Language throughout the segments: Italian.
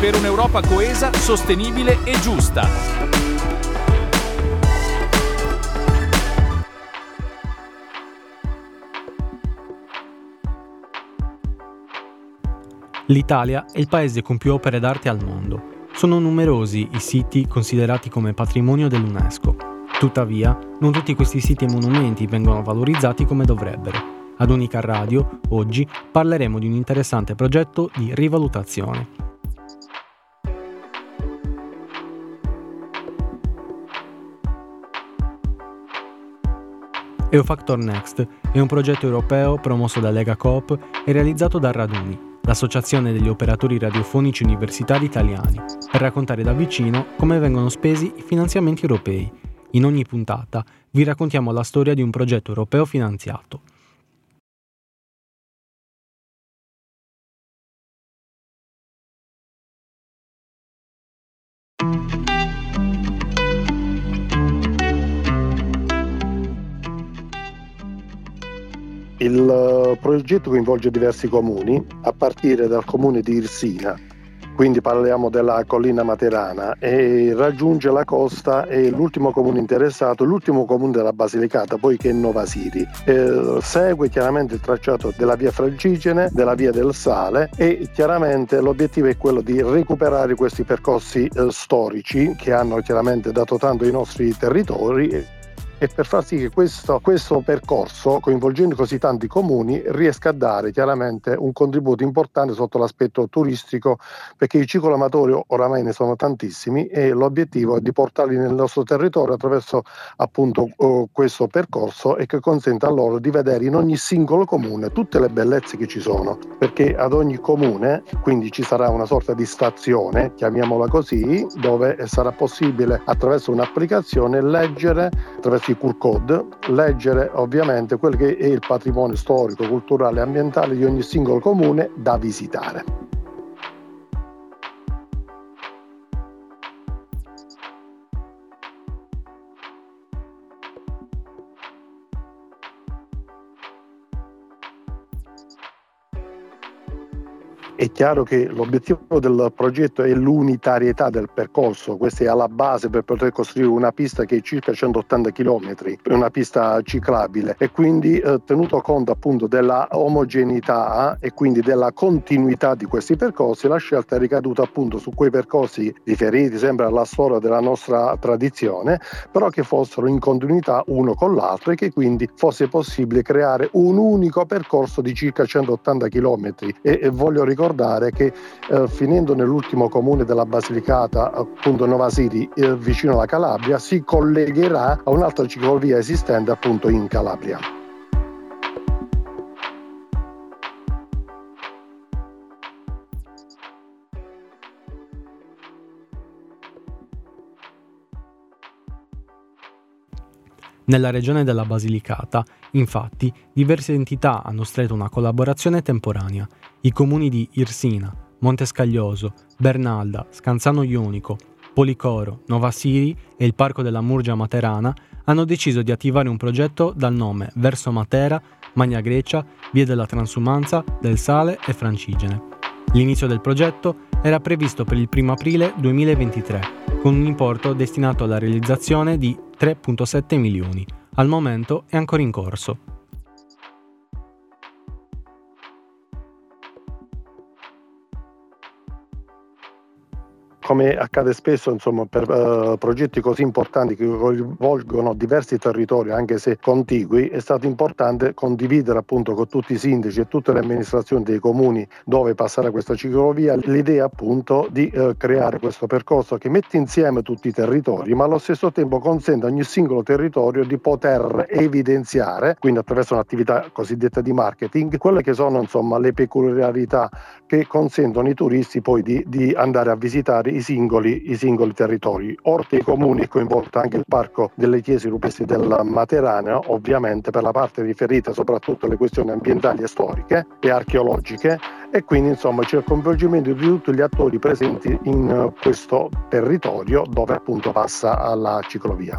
per un'Europa coesa, sostenibile e giusta. L'Italia è il paese con più opere d'arte al mondo. Sono numerosi i siti considerati come patrimonio dell'UNESCO. Tuttavia, non tutti questi siti e monumenti vengono valorizzati come dovrebbero. Ad Unica Radio, oggi, parleremo di un interessante progetto di rivalutazione. EUFactor Next è un progetto europeo promosso da Lega Coop e realizzato da Raduni, l'Associazione degli Operatori Radiofonici Universitari Italiani, per raccontare da vicino come vengono spesi i finanziamenti europei. In ogni puntata vi raccontiamo la storia di un progetto europeo finanziato. Il progetto coinvolge diversi comuni, a partire dal comune di Irsina, quindi parliamo della collina materana, e raggiunge la costa e l'ultimo comune interessato, l'ultimo comune della Basilicata, poi che è Novasiri. Segue chiaramente il tracciato della via Francigene, della via del Sale, e chiaramente l'obiettivo è quello di recuperare questi percorsi storici che hanno chiaramente dato tanto ai nostri territori, e per far sì che questo percorso, coinvolgendo così tanti comuni, riesca a dare chiaramente un contributo importante sotto l'aspetto turistico, perché i cicloamatori oramai ne sono tantissimi e l'obiettivo è di portarli nel nostro territorio attraverso appunto questo percorso, e che consenta loro di vedere in ogni singolo comune tutte le bellezze che ci sono, perché ad ogni comune quindi ci sarà una sorta di stazione, chiamiamola così, dove sarà possibile attraverso un'applicazione leggere attraverso i QR code, leggere ovviamente quello che è il patrimonio storico, culturale e ambientale di ogni singolo comune da visitare. È chiaro che l'obiettivo del progetto è l'unitarietà del percorso, questa è alla base per poter costruire una pista che è circa 180 km, una pista ciclabile, e quindi tenuto conto appunto della omogeneità e quindi della continuità di questi percorsi, la scelta è ricaduta appunto su quei percorsi riferiti sempre alla storia della nostra tradizione, però che fossero in continuità uno con l'altro e che quindi fosse possibile creare un unico percorso di circa 180 km. E voglio ricordare che finendo nell'ultimo comune della Basilicata, appunto Novasiri, vicino alla Calabria, si collegherà a un'altra ciclovia esistente appunto in Calabria. Nella regione della Basilicata, infatti, diverse entità hanno stretto una collaborazione temporanea. I comuni di Irsina, Montescaglioso, Bernalda, Scanzano Ionico, Policoro, Novasiri e il Parco della Murgia Materana hanno deciso di attivare un progetto dal nome Verso Matera, Magna Grecia, Via della Transumanza, del Sale e Francigene. L'inizio del progetto era previsto per il 1 aprile 2023, con un importo destinato alla realizzazione di 3,7 milioni. Al momento è ancora in corso. Come accade spesso, insomma, per progetti così importanti che coinvolgono diversi territori, anche se contigui, è stato importante condividere appunto con tutti i sindaci e tutte le amministrazioni dei comuni dove passerà questa ciclovia l'idea appunto di creare questo percorso che mette insieme tutti i territori, ma allo stesso tempo consente a ogni singolo territorio di poter evidenziare, quindi attraverso un'attività cosiddetta di marketing, quelle che sono insomma le peculiarità che consentono ai turisti poi di andare a visitare i singoli territori. Oltre ai comuni è coinvolto anche il Parco delle Chiese Rupestri del Materana, ovviamente per la parte riferita soprattutto alle questioni ambientali e storiche e archeologiche, e quindi insomma c'è il coinvolgimento di tutti gli attori presenti in questo territorio dove appunto passa la ciclovia.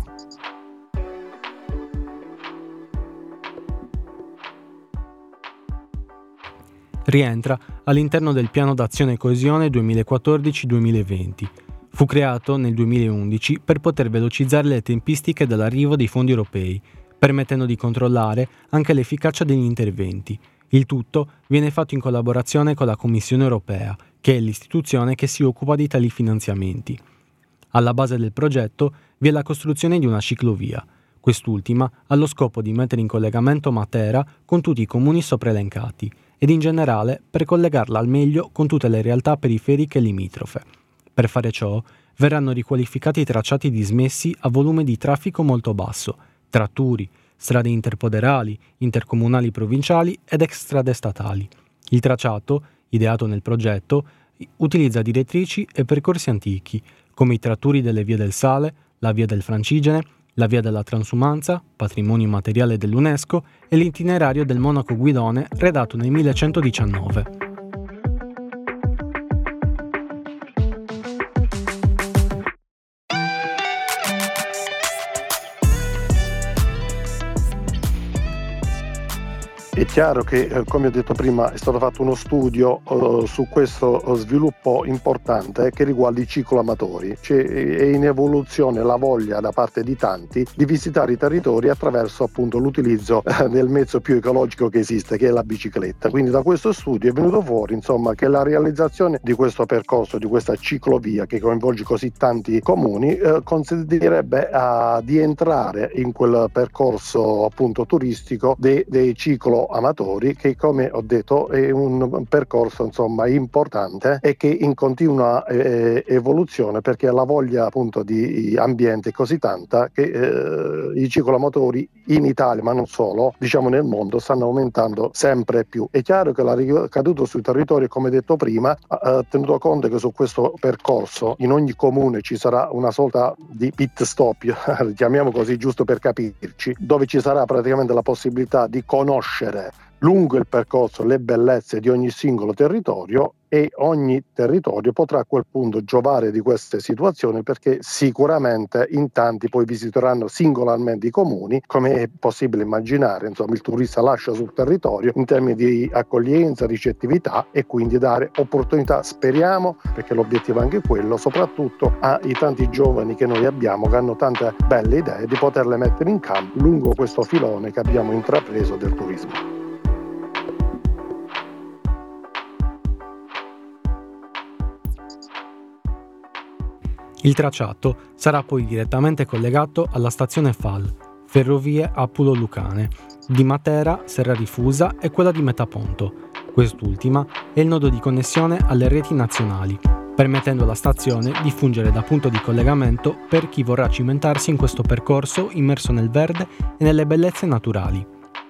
Rientra all'interno del Piano d'Azione Coesione 2014-2020. Fu creato nel 2011 per poter velocizzare le tempistiche dell'arrivo dei fondi europei, permettendo di controllare anche l'efficacia degli interventi. Il tutto viene fatto in collaborazione con la Commissione europea, che è l'istituzione che si occupa di tali finanziamenti. Alla base del progetto vi è la costruzione di una ciclovia. Quest'ultima ha lo scopo di mettere in collegamento Matera con tutti i comuni sopra elencati ed in generale per collegarla al meglio con tutte le realtà periferiche limitrofe. Per fare ciò verranno riqualificati i tracciati dismessi a volume di traffico molto basso, tratturi, strade interpoderali, intercomunali provinciali ed exstrade statali. Il tracciato, ideato nel progetto, utilizza direttrici e percorsi antichi, come i tratturi delle vie del Sale, la via del Francigene, la via della Transumanza, patrimonio immateriale dell'UNESCO, e l'itinerario del monaco Guidone redatto nel 1119. È chiaro che, come ho detto prima, è stato fatto uno studio su questo sviluppo importante che riguarda i cicloamatori. È in evoluzione la voglia da parte di tanti di visitare i territori attraverso appunto l'utilizzo del mezzo più ecologico che esiste, che è la bicicletta. Quindi da questo studio è venuto fuori, insomma, che la realizzazione di questo percorso, di questa ciclovia che coinvolge così tanti comuni, consentirebbe di entrare in quel percorso appunto turistico dei ciclo amatori, che come ho detto è un percorso insomma importante e che in continua evoluzione, perché la voglia appunto di ambiente è così tanta che i cicloamatori in Italia, ma non solo, diciamo nel mondo, stanno aumentando sempre più. È chiaro che la ricaduta sui territori, come detto prima, tenuto conto che su questo percorso in ogni comune ci sarà una sorta di pit stop, chiamiamo così giusto per capirci, dove ci sarà praticamente la possibilità di conoscere lungo il percorso le bellezze di ogni singolo territorio, e ogni territorio potrà a quel punto giovare di queste situazioni, perché sicuramente in tanti poi visiteranno singolarmente i comuni, come è possibile immaginare. Insomma, il turista lascia sul territorio in termini di accoglienza, ricettività, e quindi dare opportunità, speriamo, perché l'obiettivo è anche quello, soprattutto ai tanti giovani che noi abbiamo, che hanno tante belle idee, di poterle mettere in campo lungo questo filone che abbiamo intrapreso del turismo. Il tracciato sarà poi direttamente collegato alla stazione FAL, Ferrovie Appulo-Lucane, di Matera, Serra Rifusa e quella di Metaponto. Quest'ultima è il nodo di connessione alle reti nazionali, permettendo alla stazione di fungere da punto di collegamento per chi vorrà cimentarsi in questo percorso immerso nel verde e nelle bellezze naturali.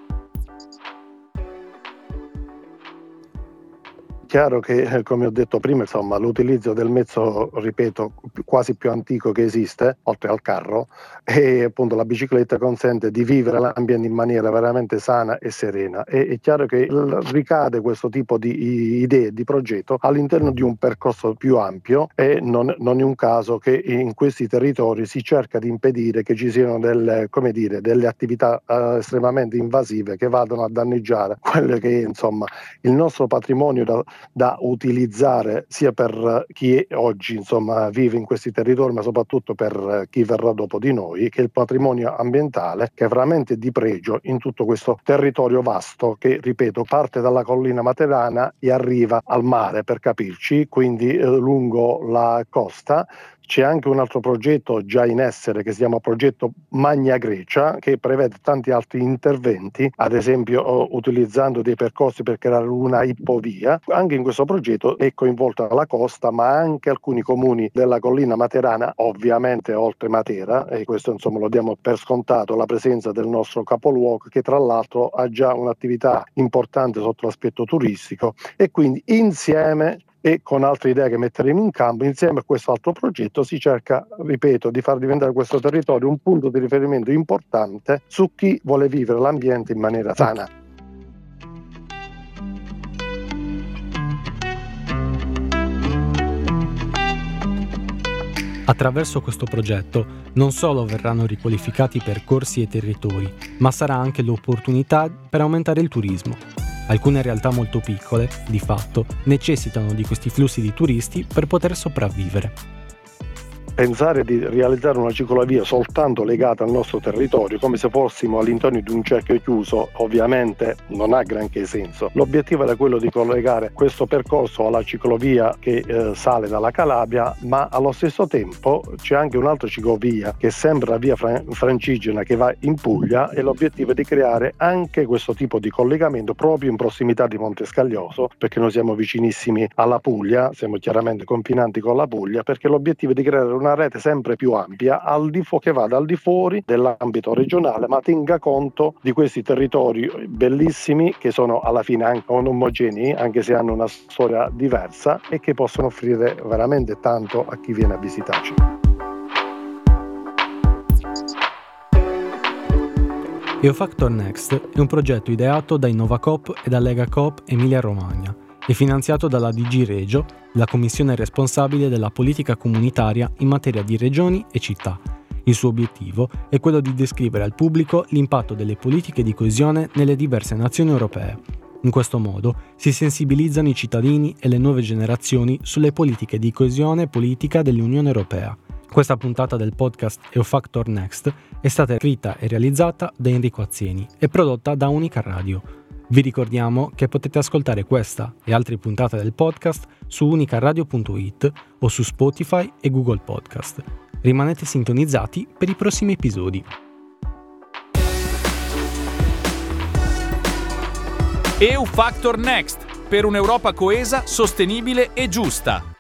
Chiaro che, come ho detto prima, insomma, l'utilizzo del mezzo, ripeto, quasi più antico che esiste, oltre al carro, e appunto la bicicletta consente di vivere l'ambiente in maniera veramente sana e serena. E è chiaro che ricade questo tipo di idee, di progetto, all'interno di un percorso più ampio, e non è un caso che in questi territori si cerca di impedire che ci siano delle attività estremamente invasive che vadano a danneggiare quello che è, insomma, il nostro patrimonio da utilizzare sia per chi oggi, insomma, vive in questi territori, ma soprattutto per chi verrà dopo di noi, che è il patrimonio ambientale, che è veramente di pregio in tutto questo territorio vasto che, ripeto, parte dalla collina materana e arriva al mare, per capirci, quindi lungo la costa. C'è anche un altro progetto già in essere che si chiama Progetto Magna Grecia, che prevede tanti altri interventi, ad esempio utilizzando dei percorsi per creare una ippovia. Anche in questo progetto è coinvolta la costa, ma anche alcuni comuni della collina materana, ovviamente oltre Matera, e questo insomma lo diamo per scontato, la presenza del nostro capoluogo, che tra l'altro ha già un'attività importante sotto l'aspetto turistico, e quindi insieme e con altre idee che metteremo in campo, insieme a questo altro progetto, si cerca, ripeto, di far diventare questo territorio un punto di riferimento importante su chi vuole vivere l'ambiente in maniera sana. Attraverso questo progetto non solo verranno riqualificati percorsi e territori, ma sarà anche l'opportunità per aumentare il turismo. Alcune realtà molto piccole, di fatto, necessitano di questi flussi di turisti per poter sopravvivere. Pensare di realizzare una ciclovia soltanto legata al nostro territorio, come se fossimo all'interno di un cerchio chiuso, ovviamente non ha granché senso. L'obiettivo era quello di collegare questo percorso alla ciclovia che sale dalla Calabria, ma allo stesso tempo c'è anche un'altra ciclovia che è sempre la via Francigena che va in Puglia, e l'obiettivo è di creare anche questo tipo di collegamento proprio in prossimità di Montescaglioso, perché noi siamo vicinissimi alla Puglia, siamo chiaramente confinanti con la Puglia, perché l'obiettivo è di creare una rete sempre più ampia che vada al di fuori dell'ambito regionale, ma tenga conto di questi territori bellissimi che sono alla fine anche non omogenei, anche se hanno una storia diversa, e che possono offrire veramente tanto a chi viene a visitarci. EUFactor Next è un progetto ideato da Innovacoop e da Legacoop Emilia Romagna e finanziato dalla DG Regio, la commissione responsabile della politica comunitaria in materia di regioni e città. Il suo obiettivo è quello di descrivere al pubblico l'impatto delle politiche di coesione nelle diverse nazioni europee. In questo modo si sensibilizzano i cittadini e le nuove generazioni sulle politiche di coesione politica dell'Unione Europea. Questa puntata del podcast EUFactor Next è stata scritta e realizzata da Enrico Azzieni e prodotta da Unica Radio. Vi ricordiamo che potete ascoltare questa e altre puntate del podcast su unicaradio.it o su Spotify e Google Podcast. Rimanete sintonizzati per i prossimi episodi. EUFactor Next, per un'Europa coesa, sostenibile e giusta.